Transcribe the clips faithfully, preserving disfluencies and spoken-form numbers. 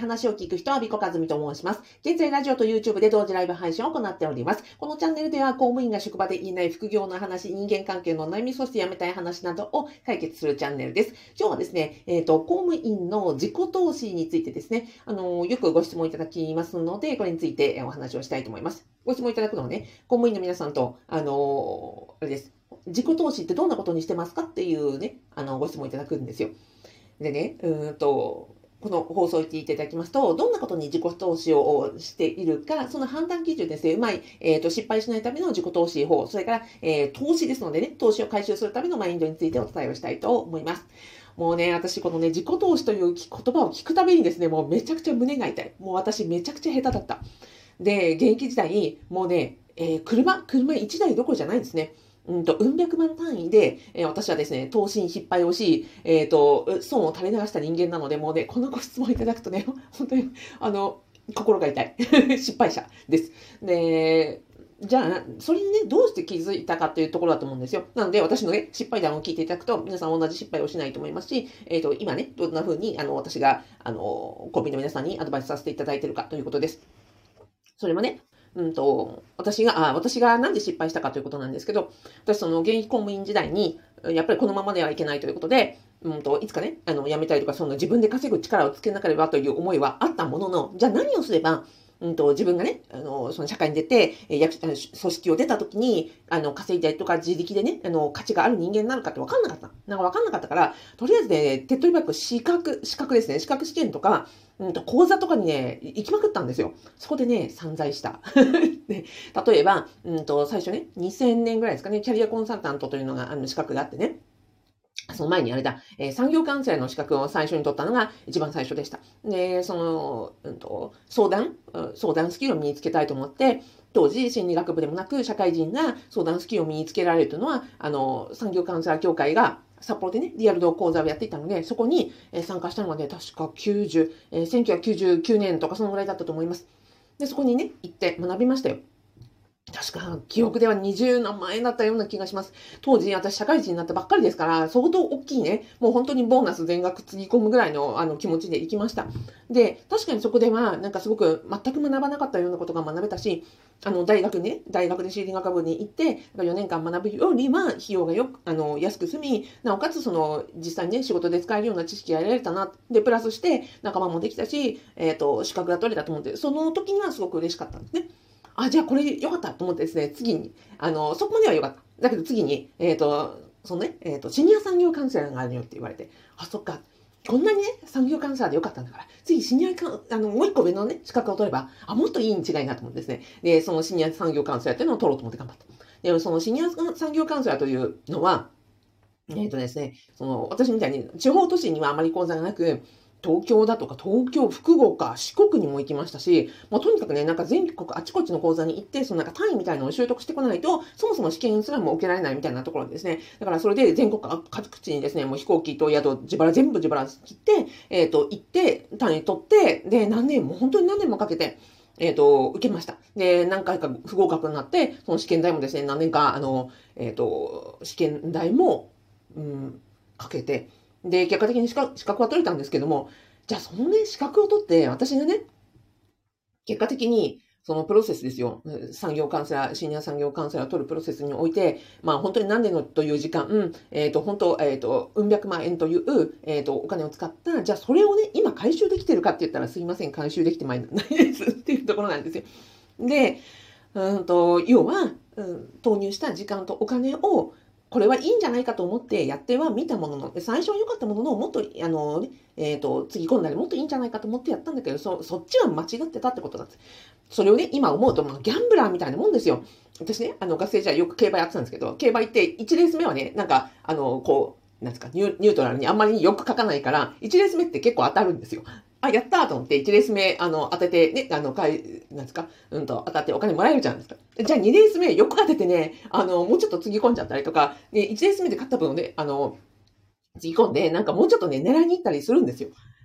話を聞く人は、ビコカズミと申します。現在、ラジオと YouTube で同時ライブ配信を行っております。このチャンネルでは、公務員が職場で言えない副業の話、人間関係の悩み、そして辞めたい話などを解決するチャンネルです。今日はですね、えっと、公務員の自己投資についてですね、あの、よくご質問いただきますので、これについてお話をしたいと思います。ご質問いただくのはね、公務員の皆さんと、あの、あれです。自己投資ってどんなことにしてますかっていうね、あの、ご質問いただくんですよ。でね、うーんと、この放送を聞いていただきますと、どんなことに自己投資をしているか、その判断基準ですね、うまい、えっと、失敗しないための自己投資法、それから、えー、投資ですのでね、投資を回収するためのマインドについてお伝えをしたいと思います。もうね、私このね、自己投資という言葉を聞くたびにですね、もうめちゃくちゃ胸が痛い。もう私めちゃくちゃ下手だった。で、現役時代、もうね、えー、車、車いちだいどころじゃないんですね。うんと、うん百万単位で、えー、私はですね、投資に失敗をし、えっと、損を垂れ流した人間なので、もうね、このご質問いただくとね、本当に、あの、心が痛い。失敗者です。で、じゃあ、それにね、どうして気づいたかっていうところだと思うんですよ。なので、私のね、失敗談を聞いていただくと、皆さん同じ失敗をしないと思いますし、えっと、今ね、どんな風に、あの、私が、あの、コンビニの皆さんにアドバイスさせていただいているかということです。それもね、うんと、私が、あ、私がなんで失敗したかということなんですけど、私その現役公務員時代に、やっぱりこのままではいけないということで、うんと、いつかね、あの、辞めたりとか、その自分で稼ぐ力をつけなければという思いはあったものの、じゃあ何をすれば、うんと、自分がね、あの、その社会に出て、え役、組織を出た時に、あの、稼いだりとか、自力でね、あの、価値がある人間になるかって分かんなかった。なんか分かんなかったから、とりあえずね、手っ取り早く資格、資格ですね、資格試験とか、うんと、講座とかにね、行きまくったんですよ。そこでね、散財した。で例えば、うんと、最初ね、にせんねんぐらいですかね、キャリアコンサルタントというのが、あの、資格があってね、その前にあれだ、えー産業カウンセラーの資格を最初に取ったのが一番最初でした。で、その、うんと、相談、うん相談スキルを身につけたいと思って、当時心理学部でもなく社会人が相談スキルを身につけられるというのは、あの、産業カウンセラー協会が札幌でね、リアルの講座をやっていたので、そこにえー参加したのがね、確かきゅうじゅう、えーせんきゅうひゃくきゅうじゅうきゅうねんとかそのぐらいだったと思います。で、そこにね、行って学びましたよ。確か、記憶ではにじゅう何万円だったような気がします。当時、私、社会人になったばっかりですから、相当大きいね、もう本当にボーナス全額つぎ込むぐらいのあの気持ちで行きました。で、確かにそこでは、なんかすごく全く学ばなかったようなことが学べたし、あの、大学ね、大学で心理学部に行って、よねんかん学ぶよりは、費用がよく、あの、安く済み、なおかつ、その、実際にね、仕事で使えるような知識が得られたな。で、プラスして、仲間もできたし、えっと、資格が取れたと思って、その時にはすごく嬉しかったんですね。あ、じゃあこれ良かったと思ってですね、次に、あの、そこまでは良かった。だけど次に、えっと、そのね、えっと、シニア産業カウンセラーがあるよって言われて、あ、そっか。こんなにね、産業カウンセラーで良かったんだから、次シニアカウン、あの、もう一個上のね、資格を取れば、あ、もっといいに違いなと思ってですね。で、そのシニア産業カウンセラーっていうのを取ろうと思って頑張った。で、そのシニア産業カウンセラーというのは、えっとですね、その、私みたいに地方都市にはあまり講座がなく、東京だとか東京、福岡、四国にも行きましたし、もうとにかくね、なんか全国あちこちの講座に行って、そのなんか単位みたいなのを習得してこないと、そもそも試験すらも受けられないみたいなところですね。だからそれで全国各地にですね、もう飛行機と宿、自腹全部自腹切って、えっと、行って、単位取って、で、何年も、本当に何年もかけて、えっと、受けました。で、何回か不合格になって、その試験代もですね、何年か、あの、えっと、試験代も、うん、かけて、で、結果的に資格資格は取れたんですけども、じゃあそのね、資格を取って、私がね、結果的に、そのプロセスですよ。産業カウンセラー、シニア産業カウンセラーを取るプロセスにおいて、まあ本当に何年のという時間、えっ、と、本当、えっ、と、うん百万円という、えっ、と、お金を使った、じゃあそれをね、今回収できてるかって言ったらすいません、回収できてないですっていうところなんですよ。で、うんと、要は、うん、投入した時間とお金を、これはいいんじゃないかと思ってやっては見たものの、最初は良かったものの、もっと、あの、ね、えっ、と、つぎ込んだりもっといいんじゃないかと思ってやったんだけど、そ、そっちは間違ってたってことなんです。それをね、今思うと、まあ、ギャンブラーみたいなもんですよ。私ね、あの、学生時代よく競馬やってたんですけど、競馬行って、いちレース目はね、なんか、あの、こう、なんですか、ニュニュートラルにあんまりよく書かないから、いちレース目って結構当たるんですよ。あ、やったーと思って、いちレース目、あの、当てて、ね、あの、かい、なんですか、うんと、当たってお金もらえるじゃないですか。じゃあにレース目、よく当ててね、あの、もうちょっとつぎ込んじゃったりとか、ね、いちレース目で勝った分をね、あの、つぎ込んで、なんかもうちょっとね、狙いに行ったりするんですよ。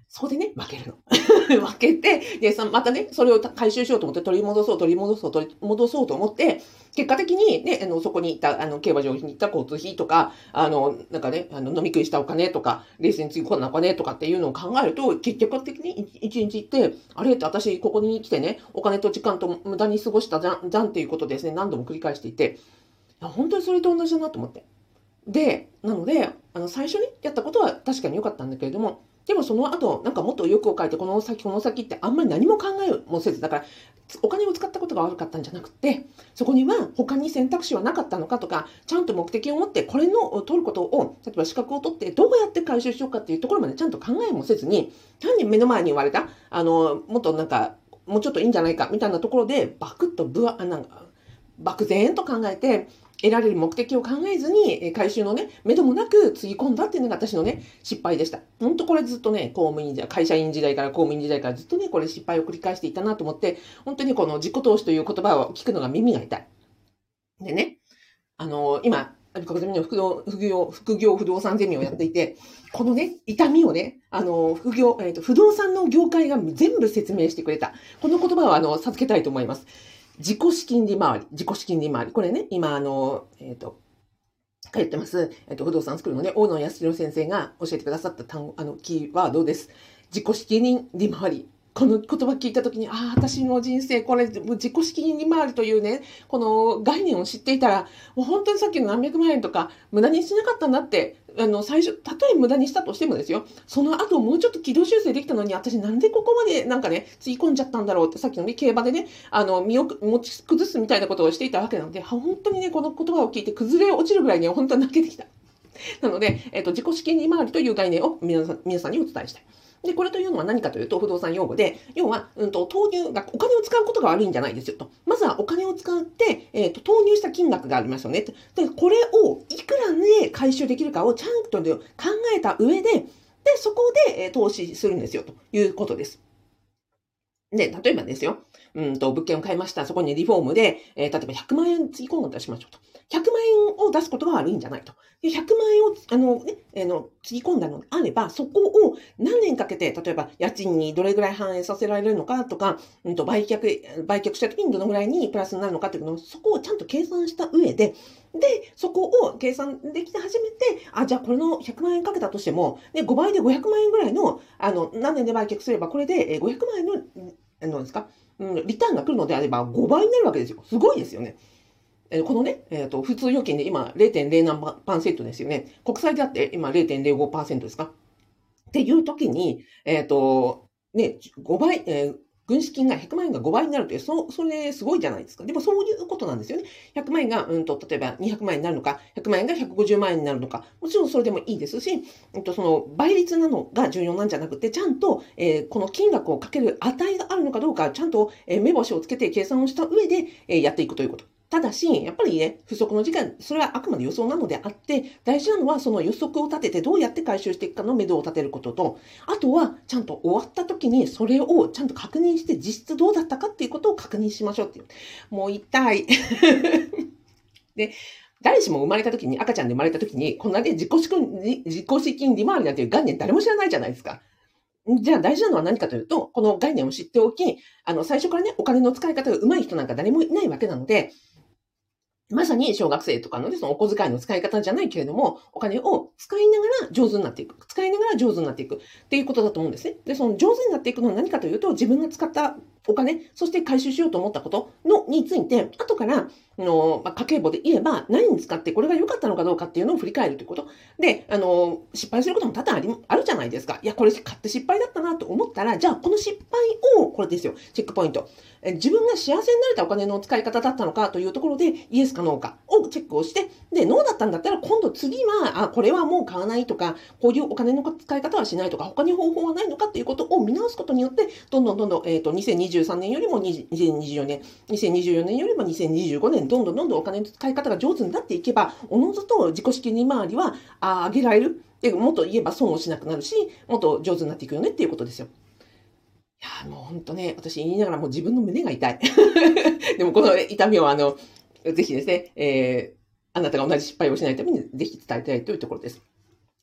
そこでね、負けるの。負けて、で、さ、またね、それを回収しようと思って取り戻そう、取り戻そう、取り戻そうと思って、結果的にね、あの、そこに行った、あの、競馬場に行った交通費とか、あの、なんかね、あの、飲み食いしたお金とか、レースにつぎ込んだお金とかっていうのを考えると、結局的に一日行って、あれって私、ここに来てね、お金と時間と無駄に過ごしたじゃん、じゃんっていうことですね、何度も繰り返していて、いや本当にそれと同じだなと思って。で、なので、あの、最初にやったことは確かに良かったんだけれども、でもその後、なんかもっと欲を書いて、この先、この先ってあんまり何も考えもせず、だから、お金を使ったことが悪かったんじゃなくて、そこには他に選択肢はなかったのかとか、ちゃんと目的を持って、これの取ることを、例えば資格を取って、どうやって回収しようかっていうところまでちゃんと考えもせずに、単に目の前に言われた、あの、もっとなんか、もうちょっといいんじゃないか、みたいなところで、バクッとぶわ、なんか、漠然と考えて、得られる目的を考えずに、回収のね、目処もなくつぎ込んだっていうのが私のね、失敗でした。ほんとこれずっとね、公務員時代、会社員時代から公務員時代からずっとね、これ失敗を繰り返していたなと思って、本当にこの自己投資という言葉を聞くのが耳が痛い。でね、あの、今、アビコカゼミの副業、副業、副業不動産ゼミをやっていて、このね、痛みをね、あの、副業、えっと、不動産の業界が全部説明してくれた。この言葉をあの、授けたいと思います。自己資金利回り、自己資金利回り。これね、今、あの、えっと、通ってます、えっと、不動産スクールのね、大野康弘先生が教えてくださった単語、あの、キーワードです。自己資金利回り。この言葉聞いたときに、ああ、私の人生、これ、自己資金利回りというね、この概念を知っていたら、もう本当にさっきの何百万円とか、無駄にしなかったんだって、あの、最初、たとえ無駄にしたとしてもですよ、その後もうちょっと軌道修正できたのに、私なんでここまでなんかね、つぎ込んじゃったんだろうって、さっきのね、競馬でね、あの、身を持ち崩すみたいなことをしていたわけなので、本当にね、この言葉を聞いて崩れ落ちるぐらいに本当に泣けてきた。なので、えっと、自己資金利回りという概念を皆さん、皆さんにお伝えしたい。で、これというのは何かというと、不動産用語で、要は、うんと、投入が、お金を使うことが悪いんじゃないですよと。まずはお金を使って、えっと、投入した金額がありますよね。で、これをいくらで回収できるかをちゃんと考えた上で、で、そこで、え投資するんですよ、ということです。で、例えばですよ。うんと、物件を買いました。そこにリフォームで、えー、例えばひゃくまん円つぎ込んだとしましょうと。ひゃくまん円を出すことが悪いんじゃないと。で、ひゃくまん円を、あのね、あの、つぎ込んだのであれば、そこを何年かけて、例えば家賃にどれぐらい反映させられるのかとか、うんと、売却、売却した時にどのぐらいにプラスになるのかというのを、そこをちゃんと計算した上で、で、そこを計算できて初めて、あ、じゃあこれのひゃくまん円かけたとしても、ね、ごばいでごひゃくまん円ぐらいの、あの、何年で売却すれば、これでごひゃくまん円の、あのですか、うん、リターンが来るのであればごばいになるわけですよ。すごいですよね。えーこのね、えっと、普通預金で今 れいてんれい 何パーセントですよね。国債であって今 れいてんれいごパーセント ですかっていう時に、えっと、ね、ごばい、えー軍資金がひゃくまん円がごばいになるという、そ、それすごいじゃないですか。でもそういうことなんですよね。ひゃくまん円が、うんと、例えばにひゃくまん円になるのか、ひゃくまん円がひゃくごじゅうまん円になるのか、もちろんそれでもいいですし、うんと、その倍率なのが重要なんじゃなくて、ちゃんと、えーこの金額をかける値があるのかどうか、ちゃんと、えー目星をつけて計算をした上で、えーやっていくということ。ただし、やっぱりね、不足の時間、それはあくまで予想なのであって、大事なのはその予測を立ててどうやって回収していくかの目処を立てることと、あとはちゃんと終わった時にそれをちゃんと確認して実質どうだったかっていうことを確認しましょうっていう。もう痛い。で、誰しも生まれた時に、赤ちゃんで生まれた時に、こんなね、自己資金、自己資金利回りなんていう概念誰も知らないじゃないですか。じゃあ大事なのは何かというと、この概念を知っておき、あの、最初からね、お金の使い方が上手い人なんか誰もいないわけなので、まさに小学生とかのね、そのお小遣いの使い方じゃないけれども、お金を使いながら上手になっていく。使いながら上手になっていくっていうことだと思うんですね。で、その上手になっていくのは何かというと、自分が使ったお金、そして回収しようと思ったことのについて、後からの、まあ、家計簿で言えば、何に使ってこれが良かったのかどうかっていうのを振り返るということ。で、あの、失敗することも多々あり、あるじゃないですか。いや、これ買って失敗だったなと思ったら、じゃあこの失敗を、これですよ、チェックポイント。自分が幸せになれたお金の使い方だったのかというところで、イエスかノーかをチェックをして、で、ノーだったんだったら、今度次は、あ、これはもう買わないとか、こういうお金の使い方はしないとか、他に方法はないのかっていうことを見直すことによって、どんどんどんどん、えっと、にせんにじゅうさんねんよりもにせんにじゅうよねん、にせんにじゅうよねんよりもにせんにじゅうごねん、どんどんどんどんお金の使い方が上手になっていけば、おのずと自己資金利回りは、あ、上げられる。で、もっと言えば損をしなくなるし、もっと上手になっていくよねっていうことですよ。いや、もう本当ね、私言いながらもう自分の胸が痛い。でもこの痛みをあの、ぜひですね、えー、あなたが同じ失敗をしないためにぜひ伝えたいというところです。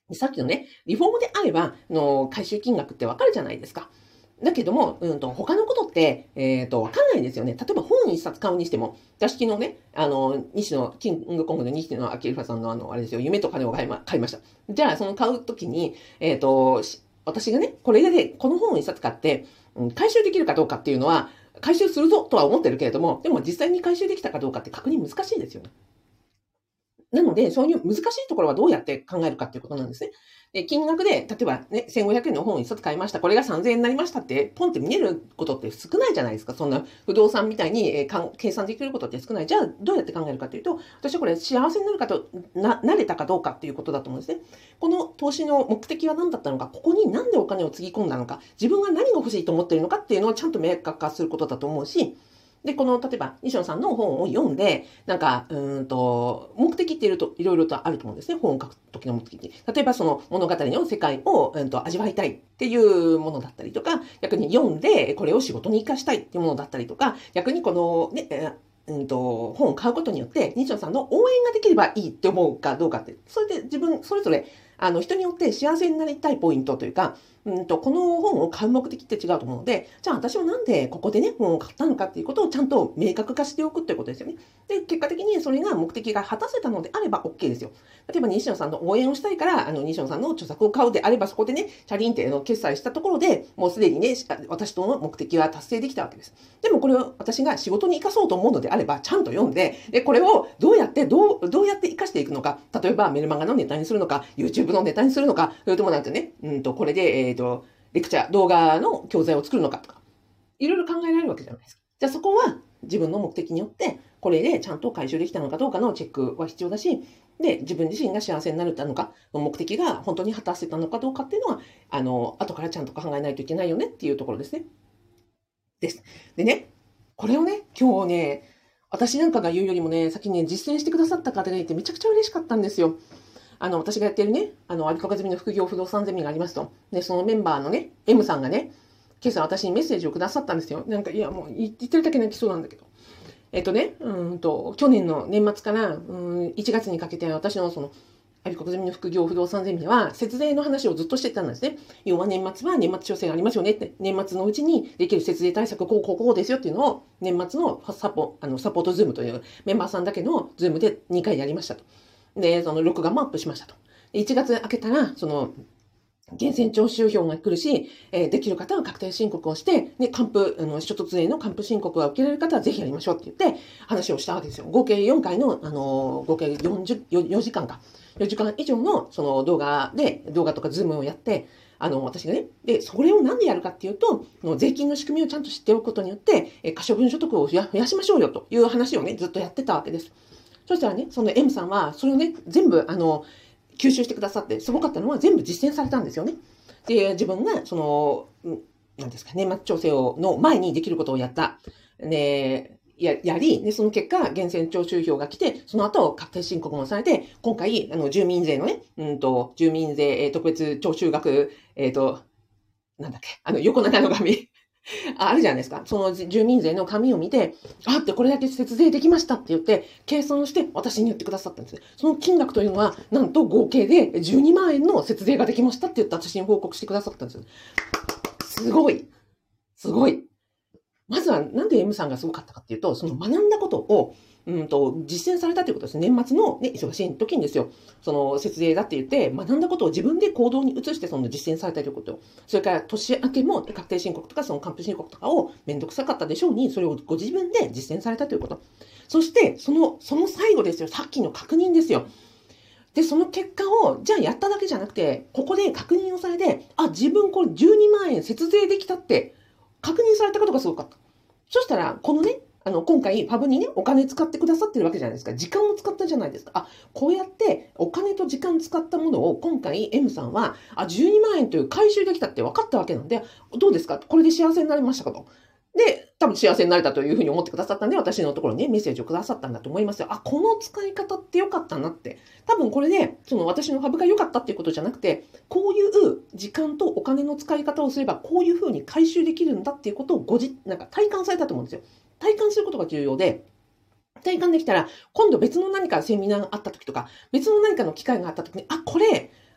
さっきのね、リフォームであれば、あの、回収金額ってわかるじゃないですか。だけども、うんと、他のことって、えっと、わかんないんですよね。例えば本一冊買うにしても、私昨日ね、あの、西野、キングコングの西野昭弘さんのあの、あれですよ、夢と金を買いま、買いました。じゃあ、その買うときに、えっと、し私がね、これで、この本を一冊買って、うん、回収できるかどうかっていうのは、回収するぞとは思ってるけれども、でも実際に回収できたかどうかって確認難しいですよね。なので、そういう難しいところはどうやって考えるかっていうことなんですね。で、金額で、例えばね、せんごひゃくえんの本を一冊買いました。これがさんぜんえんになりましたって、ポンって見えることって少ないじゃないですか。そんな不動産みたいに、えーかん計算できることって少ない。じゃあ、どうやって考えるかというと、私はこれ幸せになるかと、な、なれたかどうかっていうことだと思うんですね。この投資の目的は何だったのか、ここになんでお金をつぎ込んだのか、自分が何が欲しいと思っているのかっていうのをちゃんと明確化することだと思うし、で、この、例えば、西野さんの本を読んで、なんか、うーんと、目的っていると、いろいろとあると思うんですね。本を書く時の目的って。例えば、その物語の世界を、うんと、味わいたいっていうものだったりとか、逆に読んで、これを仕事に活かしたいっていうものだったりとか、逆にこの、ね、えーうんと、本を買うことによって、西野さんの応援ができればいいって思うかどうかって、それで自分、それぞれ、あの、人によって幸せになりたいポイントというか、うんと、この本を買う目的って違うと思うので、じゃあ私はなんでここでね、本を買ったのかっていうことをちゃんと明確化しておくっていうことですよね。で、結果的にそれが目的が果たせたのであれば OK ですよ。例えば西野さんの応援をしたいから、あの、西野さんの著作を買うであれば、そこでね、チャリンってあの決済したところで、もうすでにね、私との目的は達成できたわけです。でもこれを私が仕事に生かそうと思うのであれば、ちゃんと読んで、で、これをどうやって、どう、どうやって生かしていくのか、例えばメルマガのネタにするのか、YouTube のネタにするのか、それともなんてね、うんと、これで、えっと、レクチャー、動画の教材を作るのかとか、いろいろ考えられるわけじゃないですか。じゃあそこは自分の目的によって、これでちゃんと回収できたのかどうかのチェックは必要だし、で、自分自身が幸せになるのか、目的が本当に果たせたのかどうかっていうのは、あの、後からちゃんと考えないといけないよねっていうところですね。です。でね、これをね、今日ね、私なんかが言うよりもね、先にね、実践してくださった方がいてめちゃくちゃ嬉しかったんですよ。あの、私がやってるね、あの、アビコカズミの副業不動産ゼミがありますと。で、そのメンバーのね、M さんがね、今朝私にメッセージをくださったんですよ。なんか、いや、もう言ってるだけ泣きそうなんだけど。えっとね、うんと、去年の年末から、うん、いちがつにかけて私のその、アビコカズミの副業不動産ゼミでは、節税の話をずっとしてたんですね。要は年末は年末調整がありますよねって、年末のうちにできる節税対策、こう、こう、こうですよっていうのを、年末のサポ、あの、サポートズームというメンバーさんだけのズームでにかいやりましたと。で、その録画もアップしましたと。いちがつ明けたら、その、源泉徴収票が来るし、えー、できる方は確定申告をして、ね、還付、あの、所得税の還付申告が受けられる方はぜひやりましょうって言って話をしたわけですよ。合計よんかいの、あのー、合計よんじゅう、よじかんか。よじかん以上の、その動画で、動画とかズームをやって、あの、私がね、で、それをなんでやるかっていうと、税金の仕組みをちゃんと知っておくことによって、えー、可処分所得を増や増やしましょうよという話をね、ずっとやってたわけです。そしたらね、その M さんは、それをね、全部、あの、吸収してくださって、すごかったのは全部実践されたんですよね。で、自分が、その、なんですか、年末調整をの前にできることをやった。ね、や、やり、で、その結果、源泉徴収票が来て、その後、確定申告もされて、今回、あの、住民税のね、うんと、住民税特別徴収額、えっと、なんだっけ、あの、横長の紙。あるじゃないですか。その住民税の紙を見て、あってこれだけ節税できましたって言って、計算をして私に言ってくださったんですね。その金額というのは、なんと合計でじゅうにまんえんの節税ができましたって言って私に報告してくださったんですよ。すごい。すごい。まずは、なんで M さんがすごかったかっていうと、その学んだことを、うんと、実践されたということです。年末のね、忙しい時にですよ。その節税だって言って、学んだことを自分で行動に移して、その実践されたということ。それから年明けも確定申告とか、その還付申告とかをめんどくさかったでしょうに、それをご自分で実践されたということ。そして、その、その最後ですよ。さっきの確認ですよ。で、その結果を、じゃあやっただけじゃなくて、ここで確認をされて、あ、自分これじゅうにまんえん節税できたって確認されたことがすごかった。そしたら、このね、あの、今回、パブにね、お金使ってくださってるわけじゃないですか。時間を使ったじゃないですか。あ、こうやって、お金と時間使ったものを、今回、M さんは、あ、じゅうにまんえんという回収できたって分かったわけなんで、どうですかこれで幸せになりましたかと。で、多分幸せになれたというふうに思ってくださったんで、私のところにね、メッセージをくださったんだと思いますよ。あ、この使い方って良かったなって。多分これで、その私のハブが良かったっていうことじゃなくて、こういう時間とお金の使い方をすれば、こういうふうに回収できるんだっていうことをごじ、なんか体感されたと思うんですよ。体感することが重要で、体感できたら、今度別の何かセミナーがあった時とか、別の何かの機会があった時に、あ、これ、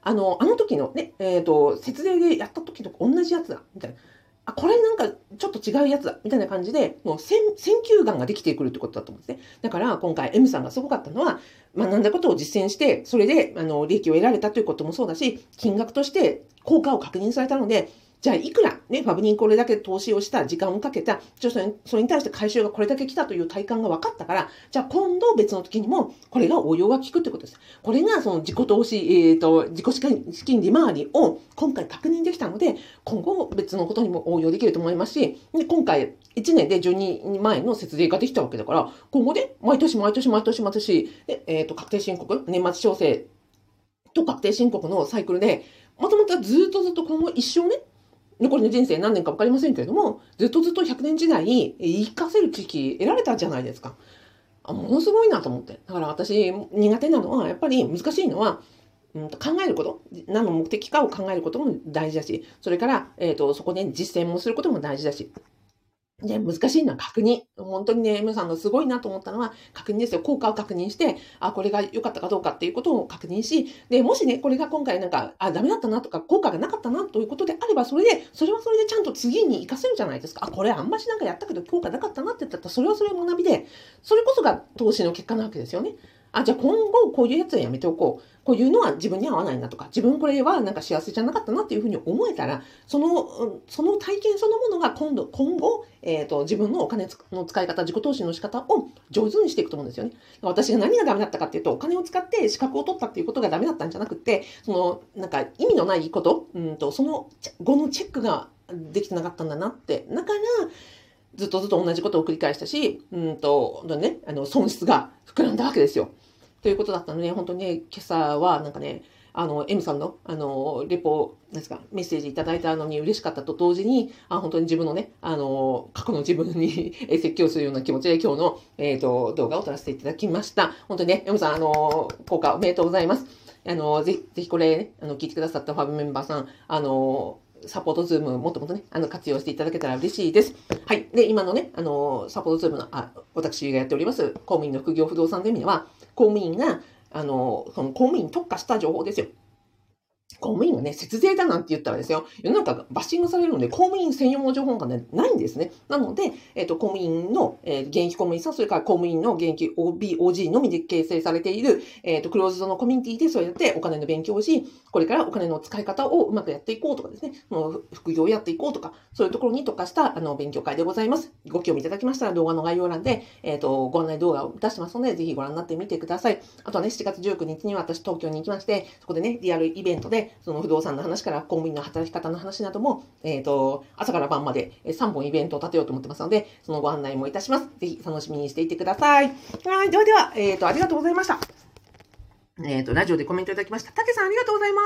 あの、あの時のね、えっと、節税でやった時と同じやつだ、みたいな。あ、これなんかちょっと違うやつだ、みたいな感じで、もう選選球眼ができてくるってことだと思うんですね。だから今回 M さんがすごかったのは、学んだことを実践して、それであの利益を得られたということもそうだし、金額として効果を確認されたので、じゃあいくらね、ファブにこれだけ投資をした、時間をかけた、それそれに対して回収がこれだけ来たという体感が分かったから、じゃあ今度別の時にもこれが応用が効くってことです。これがその自己投資、えっと、自己資金資金利回りを今回確認できたので、今後別のことにも応用できると思いますし、で今回いちねんでじゅうにまん円の節税ができたわけだから、今後で毎年毎年毎年毎年、でえっと、確定申告、年末調整と確定申告のサイクルで、まとまたずっとずっと今後一生ね、残りの人生何年か分かりませんけれども、ずっとずっとひゃくねん時代に生かせる知識得られたじゃないですか。あ、ものすごいなと思って。だから私苦手なのは、やっぱり難しいのは、うん、考えること、何の目的かを考えることも大事だし、それから、えっと、そこで実践もすることも大事だし、で、難しいのは確認。本当にね、M さんのすごいなと思ったのは確認ですよ。効果を確認して、あ、これが良かったかどうかっていうことを確認し、で、もしね、これが今回なんか、あ、ダメだったなとか、効果がなかったなということであれば、それで、それはそれでちゃんと次に活かせるじゃないですか。あ、これあんましなんかやったけど効果なかったなって言ったら、それはそれ学びで、それこそが投資の結果なわけですよね。あ、じゃあ今後こういうやつはやめておこう。こういうのは自分に合わないなとか、自分これはなんか幸せじゃなかったなっていうふうに思えたら、その、その体験そのものが今度、今後、えっと、自分のお金の使い方、自己投資の仕方を上手にしていくと思うんですよね。私が何がダメだったかっていうと、お金を使って資格を取ったっていうことがダメだったんじゃなくて、その、なんか意味のないこと、うんと、その後のチェックができてなかったんだなって。だから、ずっとずっと同じことを繰り返したし、うんと、ね、あの、損失が膨らんだわけですよ。ということだったので、本当にね、今朝はなんかね、あの、M さんの、あの、レポ、なんですか、メッセージいただいたのに嬉しかったと同時に、あ、本当に自分のね、あの、過去の自分に説教するような気持ちで今日の、えっと、動画を撮らせていただきました。本当にね、M さん、あの、効果おめでとうございます。あの、ぜひ、ぜひこれね、あの、聞いてくださったファブメンバーさん、あの、サポートズームもっともっとね、あの、活用していただけたら嬉しいです。はい。で、今のね、あの、サポートズームの、あ、私がやっております、公務員の副業不動産ゼミでは、公務員が、あの、その公務員に特化した情報ですよ。公務員がね、節税だなんて言ったらですよ、世の中がバッシングされるので、公務員専用の情報が、ね、ないんですね。なので、えっと、公務員の、えー、現役公務員さん、それから公務員の現役 オービー、オージー のみで形成されている、えっと、クローズドのコミュニティでそうやってお金の勉強をし、これからお金の使い方をうまくやっていこうとかですね、もう副業をやっていこうとか、そういうところに特化したあの勉強会でございます。ご興味いただきましたら動画の概要欄で、えっと、ご案内動画を出してますので、ぜひご覧になってみてください。あとはね、しちがつじゅうくにちには私東京に行きまして、そこでね、リアルイベントで、その不動産の話から公務員の働き方の話なども、えっと、朝から晩までさんぼんイベントを立てようと思ってますので、そのご案内もいたします。ぜひ楽しみにしていてください。はい、ではでは、えっと、ありがとうございました。えっと、ラジオでコメントいただきました。たけさん、ありがとうございます。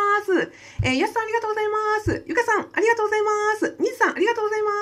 えー、やすさん、ありがとうございます。ゆかさん、ありがとうございます。みずさん、ありがとうございます。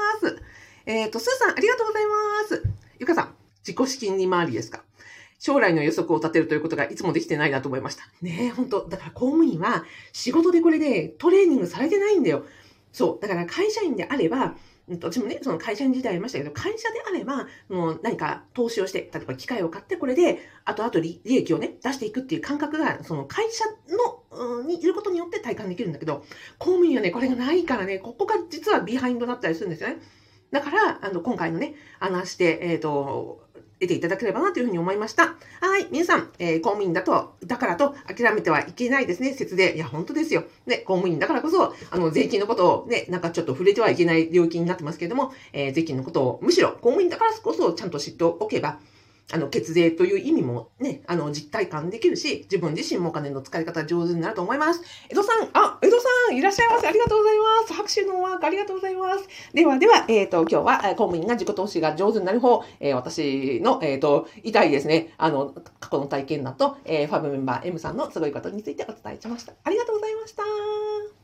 えっと、すーさん、ありがとうございます。ゆかさん、自己資金利回りですか？将来の予測を立てるということがいつもできてないなと思いました。ねえ、本当だから公務員は仕事でこれでトレーニングされてないんだよ。そう。だから会社員であれば、私もね、その会社員時代ありましたけど、会社であれば、もう何か投資をして、例えば機械を買って、これで、後々利益をね、出していくっていう感覚が、その会社の、うん、にいることによって体感できるんだけど、公務員はね、これがないからね、ここが実はビハインドだったりするんですよね。だから、あの、今回のね、話して、えっと、得ていただければなというふうに思いました。はい。皆さん、えー、公務員だと、だからと諦めてはいけないですね。節税。いや、本当ですよ。ね、公務員だからこそ、あの、税金のことをね、なんかちょっと触れてはいけない領域になってますけれども、えー、税金のことを、むしろ公務員だからこそちゃんと知っておけば、あの、血税という意味もね、あの、実体感できるし、自分自身もお金の使い方上手になると思います。江戸さん、あ、江戸さん、いらっしゃいませ。ありがとうございます。拍手のワークありがとうございます。ではでは、えっと、今日は、公務員が自己投資が上手になる方、えー、私の、えっと、痛いですね、あの、過去の体験談と、えー、ファブメンバー M さんのすごいことについてお伝えしました。ありがとうございました。